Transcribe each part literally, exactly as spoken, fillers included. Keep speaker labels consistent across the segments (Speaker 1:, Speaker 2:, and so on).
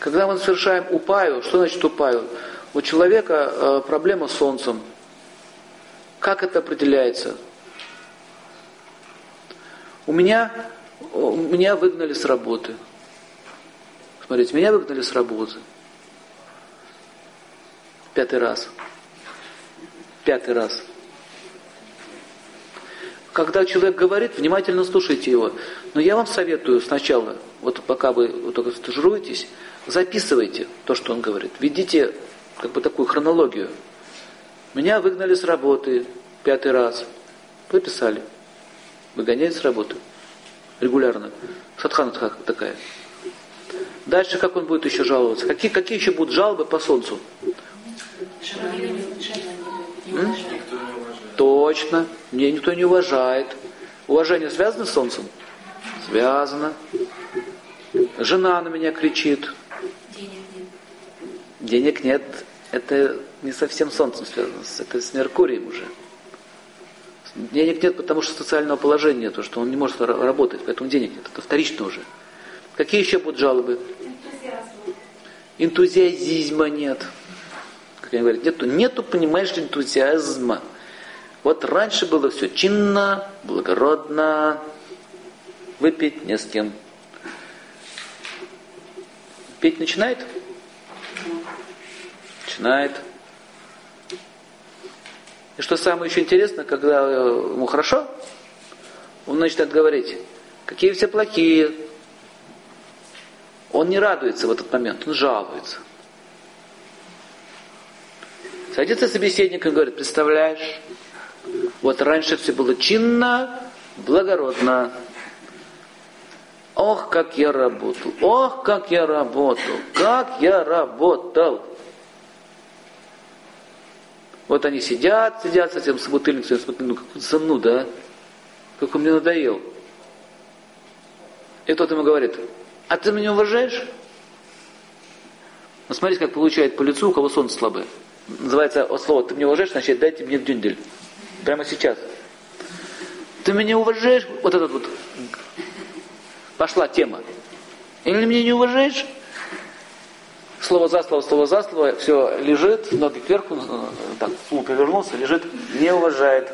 Speaker 1: Когда мы совершаем упаю, что значит упаю? У человека э, проблема с солнцем. Как это определяется? У меня, у меня выгнали с работы. Смотрите, меня выгнали с работы. Пятый раз. Пятый раз. Когда человек говорит, внимательно слушайте его. Но я вам советую сначала, вот пока вы вот только стажируетесь, записывайте то, что он говорит. Ведите как бы такую хронологию. Меня выгнали с работы пятый раз. Записали. Выгоняют с работы. Регулярно. Садхана такая. Дальше как он будет еще жаловаться? Какие, какие еще будут жалобы по солнцу? М? Точно. Меня никто не уважает. Уважение связано с солнцем? Связано. Жена на меня кричит.
Speaker 2: Денег нет.
Speaker 1: Денег нет. Это не совсем с солнцем связано. Это с Меркурием уже. Денег нет, потому что социального положения нет, что он не может работать, поэтому денег нет. Это вторично уже. Какие еще будут жалобы? Энтузиазма нет. Как они говорят, нету, нету, понимаешь, энтузиазма. Вот раньше было все чинно, благородно, выпить не с кем. Петь начинает? Начинает. И что самое еще интересное, когда ему хорошо, он начинает говорить, какие все плохие. Он не радуется в этот момент, он жалуется. Садится собеседник и говорит, представляешь, вот раньше все было чинно, благородно. Ох, как я работал, ох, как я работал, как я работал. Вот они сидят, сидят с этим собутыльником, смотрят, ну какую-то зануда, а? Как он мне надоел. И тот ему говорит, а ты меня уважаешь? Ну, смотрите, как получает по лицу, у кого солнце слабое. Называется слово «ты меня уважаешь», значит, дайте мне в дюндель. Прямо сейчас. Ты меня уважаешь? Вот этот вот. Пошла тема. Или меня не уважаешь? Слово за слово, слово за слово, все лежит, ноги кверху, так, стул повернулся, лежит, не уважает.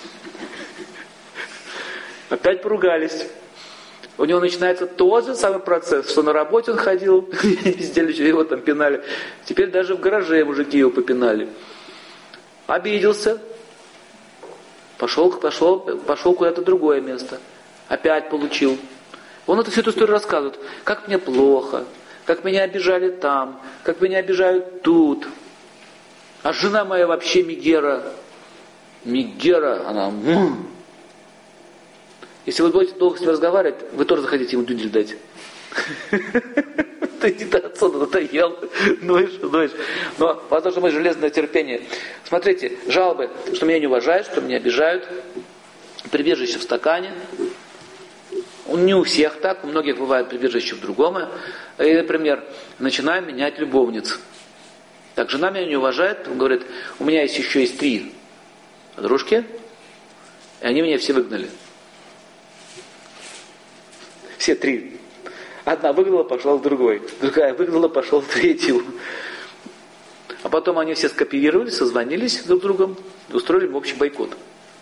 Speaker 1: Опять поругались. У него начинается тот же самый процесс, что на работе он ходил, везде его там пинали. Теперь даже в гараже мужики его попинали. Обиделся. Пошел, пошел, пошел куда-то в другое место. Опять получил. Он эту всю эту историю рассказывает. Как мне плохо, как меня обижали там, как меня обижают тут. А жена моя вообще Мегера. Мегера, она... М-м. Если вы будете долго с ним разговаривать, вы тоже захотите ему дюдель дать. Ты не отсюда надоел. Ноешь, ноешь. Но потому что мы железное терпение. Смотрите, жалобы, что меня не уважают, что меня обижают. Прибежище в стакане. Не у всех так, у многих бывает прибежище в другом. И, например, начинаем менять любовниц. Так, жена меня не уважает, он говорит, у меня есть еще есть три подружки, и они меня все выгнали. Все три. Одна выгнала, пошла в другой. Другая выгнала, пошла в третью. А потом они все скопировались, созвонились друг с другом, устроили им общий бойкот.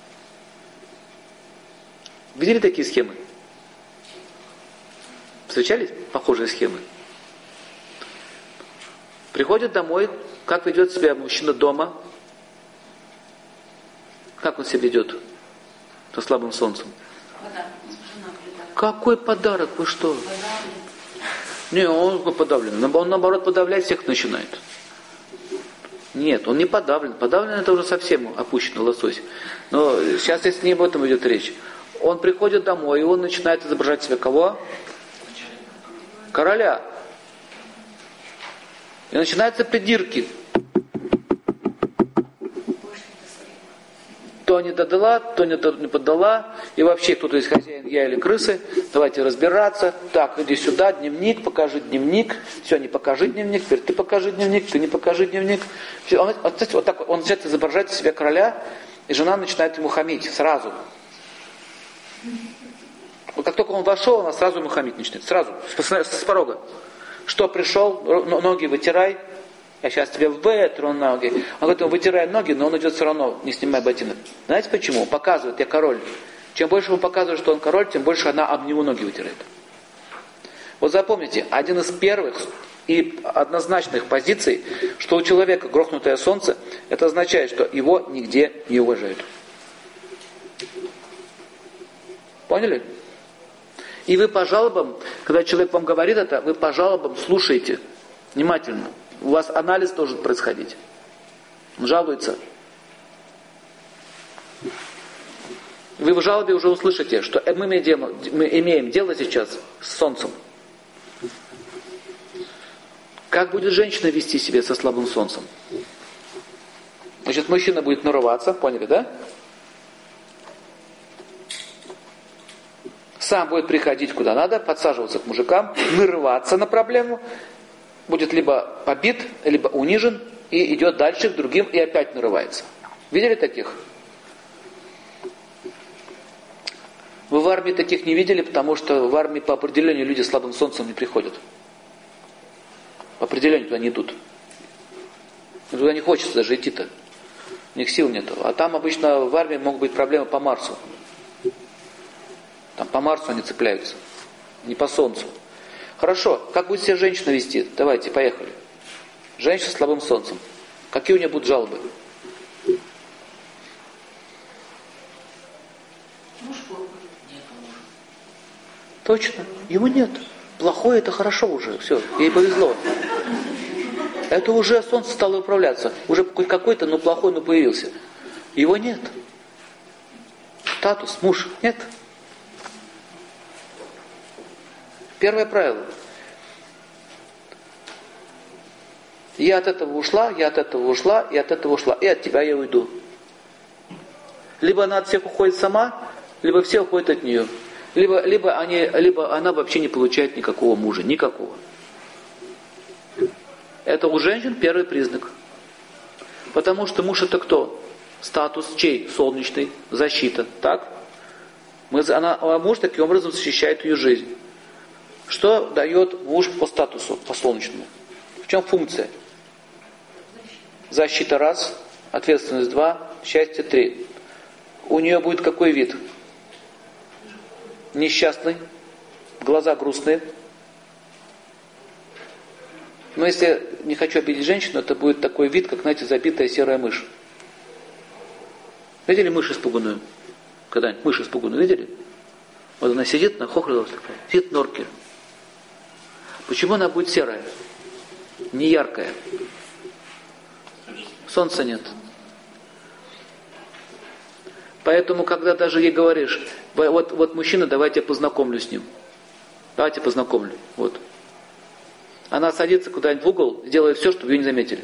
Speaker 1: Видели такие схемы? Встречались похожие схемы? Приходит домой, как ведет себя мужчина дома? Как он себя ведет со слабым солнцем? Какой подарок? Вы что? Не, он подавлен. Он наоборот подавлять всех начинает. Нет, он не подавлен. Подавлен это уже совсем опущенный лосось. Но сейчас если не об этом идет речь. Он приходит домой, и он начинает изображать себя кого? Короля. И начинаются придирки. То не додала, то не подала. И вообще, кто-то из хозяин, я или крысы. Давайте разбираться. Так, иди сюда, дневник, покажи дневник. Все, не покажи дневник, теперь ты покажи дневник, ты не покажи дневник. Все, он, вот, вот так, он начинает изображать себя короля, и жена начинает ему хамить сразу. Вот как только он вошел, она сразу ему хамить начинает. Сразу, с, с порога. Что пришел, ноги вытирай, я сейчас тебе вытру ноги. Он говорит, он вытирай ноги, но он идет все равно, не снимая ботинок. Знаете почему? Показывает, я король. Чем больше он показывает, что он король, тем больше она об него ноги вытирает. Вот запомните, один из первых и однозначных позиций, что у человека грохнутое солнце, это означает, что его нигде не уважают. Поняли? И вы по жалобам, когда человек вам говорит это, вы по жалобам слушаете внимательно. У вас анализ должен происходить. Он жалуется. Вы в жалобе уже услышите, что мы имеем дело, мы имеем дело сейчас с солнцем. Как будет женщина вести себя со слабым солнцем? Значит, мужчина будет нарываться, поняли, да? Сам будет приходить куда надо, подсаживаться к мужикам, нарываться на проблему, будет либо побит, либо унижен, и идет дальше к другим, и опять нарывается. Видели таких? Вы в армии таких не видели, потому что в армии по определению люди с слабым солнцем не приходят. По определению туда не идут. Туда не хочется даже идти-то. У них сил нету. А там обычно в армии могут быть проблемы по Марсу. Там по Марсу они цепляются. Не по Солнцу. Хорошо. Как будет себя женщина вести? Давайте, поехали. Женщина с слабым солнцем. Какие у нее будут жалобы? Точно. Ему нет. Плохое это хорошо уже. Все. Ей повезло. Это уже солнце стало управляться. Уже какой-то, но плохой, но появился. Его нет. Статус, муж. Нет. Первое правило. Я от этого ушла, я от этого ушла, и от этого ушла. И от тебя я уйду. Либо она от всех уходит сама, либо все уходят от нее. Либо, либо, они, либо она вообще не получает никакого мужа. Никакого. Это у женщин первый признак. Потому что муж это кто? Статус чей? Солнечный. Защита. Так? Мы, она, а муж таким образом защищает ее жизнь. Что дает муж по статусу, по солнечному? В чем функция? Защита раз, ответственность два, счастье три. У нее будет какой вид? Несчастный, глаза грустные. Но если не хочу обидеть женщину, это будет такой вид, как, знаете, забитая серая мышь. Видели мышь испуганную? Когда-нибудь мышь испуганную видели? Вот она сидит, нахохлилась такая, сидит в норке. Почему она будет серая? Не яркая. Солнца нет. Поэтому, когда даже ей говоришь, вот, вот мужчина, давайте я познакомлю с ним. Давайте познакомлю. Вот. Она садится куда-нибудь в угол и делает все, чтобы ее не заметили.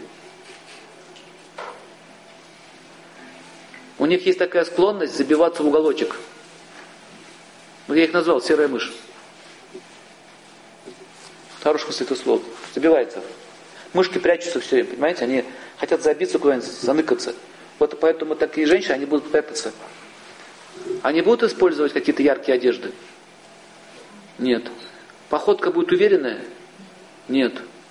Speaker 1: У них есть такая склонность забиваться в уголочек. Вот я их назвал серая мышь. В хорошем смысле этого слова. Забивается. Мышки прячутся все время, понимаете? Они хотят забиться куда-нибудь, заныкаться. Вот поэтому такие женщины, они будут прятаться. Они будут использовать какие-то яркие одежды? Нет. Походка будет уверенная? Нет.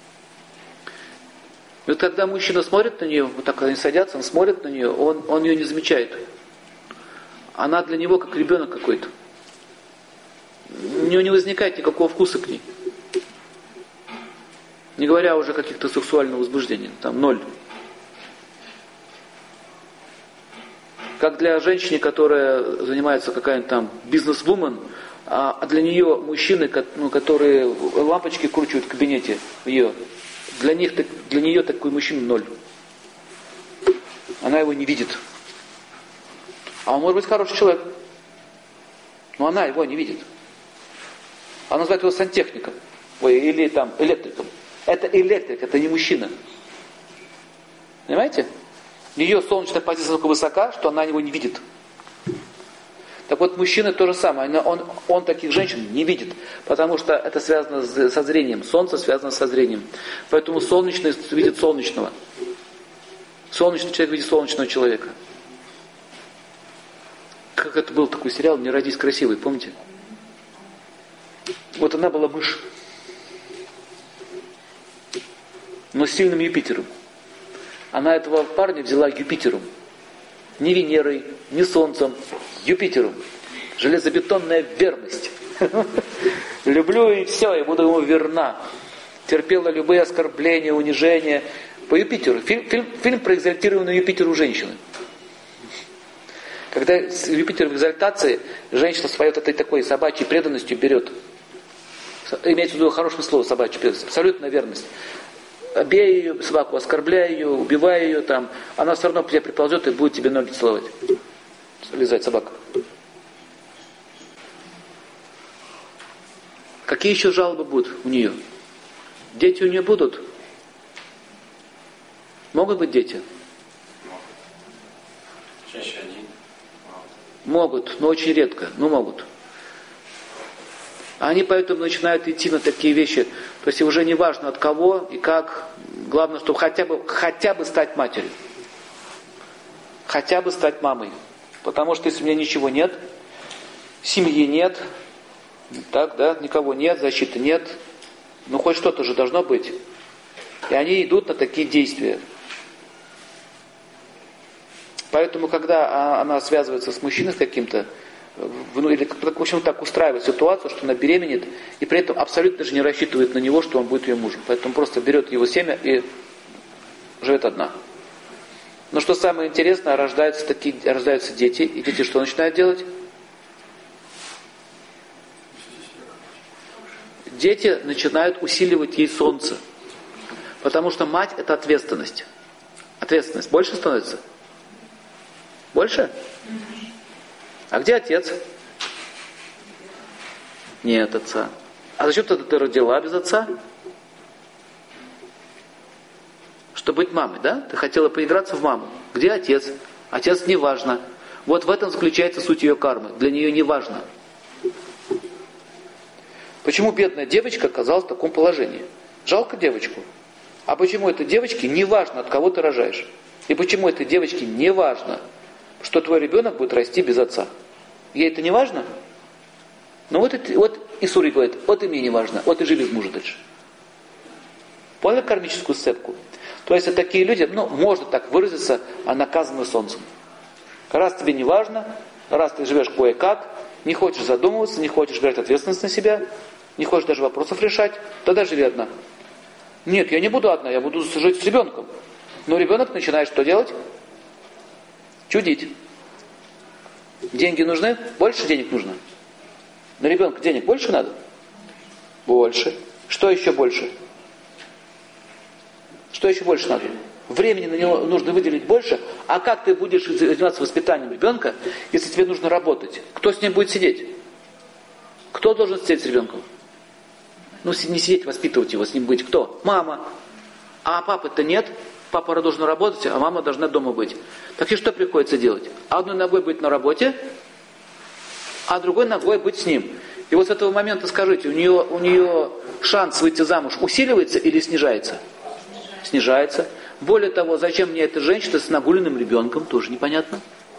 Speaker 1: И вот когда мужчина смотрит на нее, вот так они садятся, он смотрит на нее, он, он ее не замечает. Она для него как ребенок какой-то. У него не возникает никакого вкуса к ней. Не говоря уже о каких-то сексуального возбуждения. Там ноль. Как для женщины, которая занимается какая-нибудь там бизнес-вумен, а для нее мужчины, ну, которые лампочки кручивают в кабинете ее, для них, для нее такой мужчина ноль. Она его не видит. А он может быть хороший человек. Но она его не видит. Она называет его сантехником. Ой, или там электриком. Это электрик, это не мужчина. Понимаете? Ее солнечная позиция настолько высока, что она его не видит. Так вот, мужчина то же самое. Он, он таких женщин не видит, потому что это связано с, со зрением. Солнце связано со зрением. Поэтому солнечный видит солнечного. Солнечный человек видит солнечного человека. Как это был такой сериал «Не родись красивой», помните? Вот она была мышь. но с сильным Юпитером. Она этого парня взяла Юпитером. Не Венерой, не Солнцем, Юпитером. Железобетонная верность. Люблю и все, и буду ему верна. Терпела любые оскорбления, унижения. По Юпитеру. Фильм, фильм, фильм про экзальтированную Юпитеру женщины. Когда Юпитер в экзальтации, женщина своей вот этой такой собачьей преданностью берет. Имеется в виду хорошее слово собачья преданность. Абсолютная верность. Бей ее, собаку, оскорбляй ее, убивай ее там. Она все равно к тебе приползет и будет тебе ноги целовать. Лизать собака. Какие еще жалобы будут у нее? Дети у нее будут? Могут быть дети?
Speaker 2: Чаще один.
Speaker 1: Могут, но очень редко, но могут. Они поэтому начинают идти на такие вещи. То есть уже не важно от кого и как. Главное, чтобы хотя бы, хотя бы стать матерью. Хотя бы стать мамой. Потому что если у меня ничего нет, семьи нет, так, да, никого нет, защиты нет, ну хоть что-то же должно быть. И они идут на такие действия. Поэтому, когда она связывается с мужчиной с каким-то, ну, или, в общем, так устраивает ситуацию, что она беременеет, и при этом абсолютно даже не рассчитывает на него, что он будет ее мужем. Поэтому просто берет его семя и живет одна. Но что самое интересное, рождаются, такие, рождаются дети, и дети что начинают делать? Дети начинают усиливать ей солнце. Потому что мать – это ответственность. Ответственность больше становится? Больше? А где отец? Нет отца. А зачем тогда ты родила без отца? Чтобы быть мамой, да? Ты хотела поиграться в маму. Где отец? Отец не важно. Вот в этом заключается суть ее кармы. Для нее не важно. Почему бедная девочка оказалась в таком положении? Жалко девочку. А почему этой девочке не важно, от кого ты рожаешь? И почему этой девочке не важно, что твой ребенок будет расти без отца? Ей это не важно? Ну вот, это, вот и Сури говорит, вот и мне не важно, вот и живи без мужа дальше. Поняли кармическую сцепку? То есть это такие люди, ну, можно так выразиться, а наказаны солнцем. Раз тебе не важно, раз ты живешь кое-как, не хочешь задумываться, не хочешь брать ответственность на себя, не хочешь даже вопросов решать, тогда живи одна. Нет, я не буду одна, я буду жить с ребенком. Но ребенок начинает что делать? Чудить. Деньги нужны? Больше денег нужно. На ребенка денег больше надо? Больше. Что еще больше? Что еще больше надо? Времени на него нужно выделить больше. А как ты будешь заниматься воспитанием ребенка, если тебе нужно работать? Кто с ним будет сидеть? Кто должен сидеть с ребенком? Ну, не сидеть, воспитывать его, с ним быть. Кто? Мама. А папы-то нет. Папа должен работать, а мама должна дома быть. Так и что приходится делать? Одной ногой быть на работе, а другой ногой быть с ним. И вот с этого момента скажите, у нее, у нее шанс выйти замуж усиливается или снижается? Снижается. Более того, зачем мне эта женщина с нагуленным ребенком, тоже непонятно.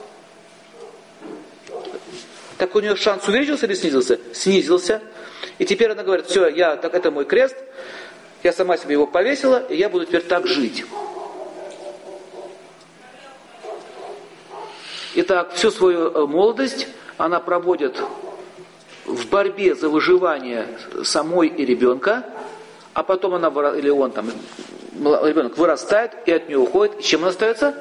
Speaker 1: Так у нее шанс увеличился или снизился? Снизился. И теперь она говорит, все, я, так, это мой крест, я сама себе его повесила, и я буду теперь так жить. Итак, всю свою молодость она проводит в борьбе за выживание самой и ребенка, а потом она, или он там, ребенок вырастает и от нее уходит. И чем она остается?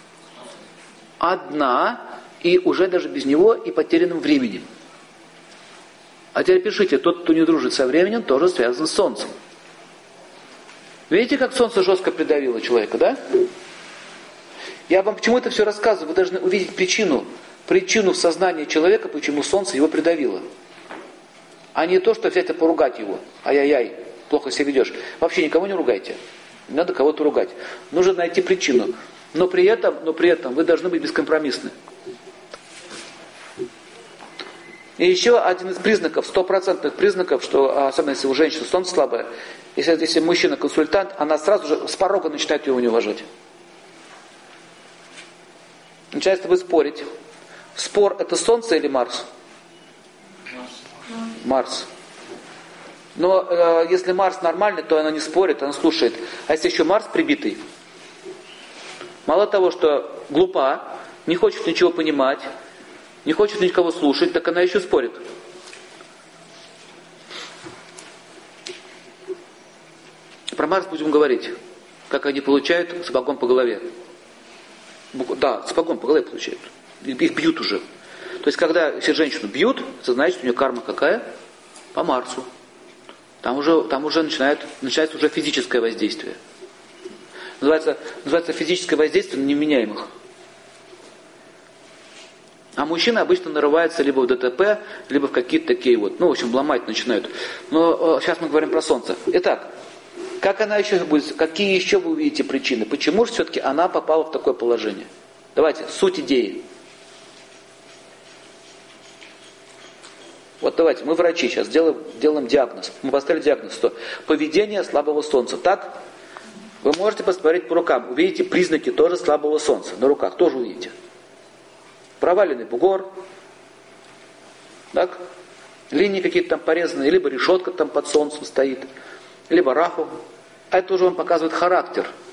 Speaker 1: Одна, и уже даже без него, и потерянным временем. А теперь пишите, тот, кто не дружит со временем, тоже связан с солнцем. Видите, как солнце жестко придавило человека, да? Я вам почему это все рассказываю? Вы должны увидеть причину, причину в сознании человека, почему солнце его придавило. А не то, что взять и поругать его. Ай-яй-яй, плохо себя ведешь. Вообще никого не ругайте. Не надо кого-то ругать. Нужно найти причину. Но при этом, но при этом вы должны быть бескомпромиссны. И еще один из признаков, стопроцентных признаков, что, особенно если у женщины солнце слабое, если, если мужчина консультант, она сразу же с порога начинает его не уважать. Начинает с тобой спорить. Спор это солнце или Марс? Марс. Марс. Но э, если Марс нормальный, то она не спорит, она слушает. А если еще Марс прибитый, мало того, что глупа, не хочет ничего понимать, не хочет никого слушать, так она еще спорит. Про Марс будем говорить, как они получают сапогом по голове. Да, сапогом по голове получают. Их бьют уже. То есть, когда если женщину бьют, это значит, у нее карма какая? По Марсу. Там уже, там уже начинает, начинается уже физическое воздействие. Называется, называется физическое воздействие на невменяемых. А мужчины обычно нарываются либо в ДТП, либо в какие-то такие вот, ну, в общем, ломать начинают. Но э, сейчас мы говорим про Солнце. Итак, как она еще будет, какие еще вы увидите причины? Почему же все-таки она попала в такое положение? Давайте, суть идеи. Вот давайте, мы врачи сейчас делаем, делаем диагноз. Мы поставили диагноз, что поведение слабого Солнца. Так? Вы можете посмотреть по рукам, увидите признаки тоже слабого Солнца. На руках тоже увидите. Проваленный бугор. Так? Линии какие-то там порезанные, либо решетка там под Солнцем стоит, либо раху. А это уже вам показывает характер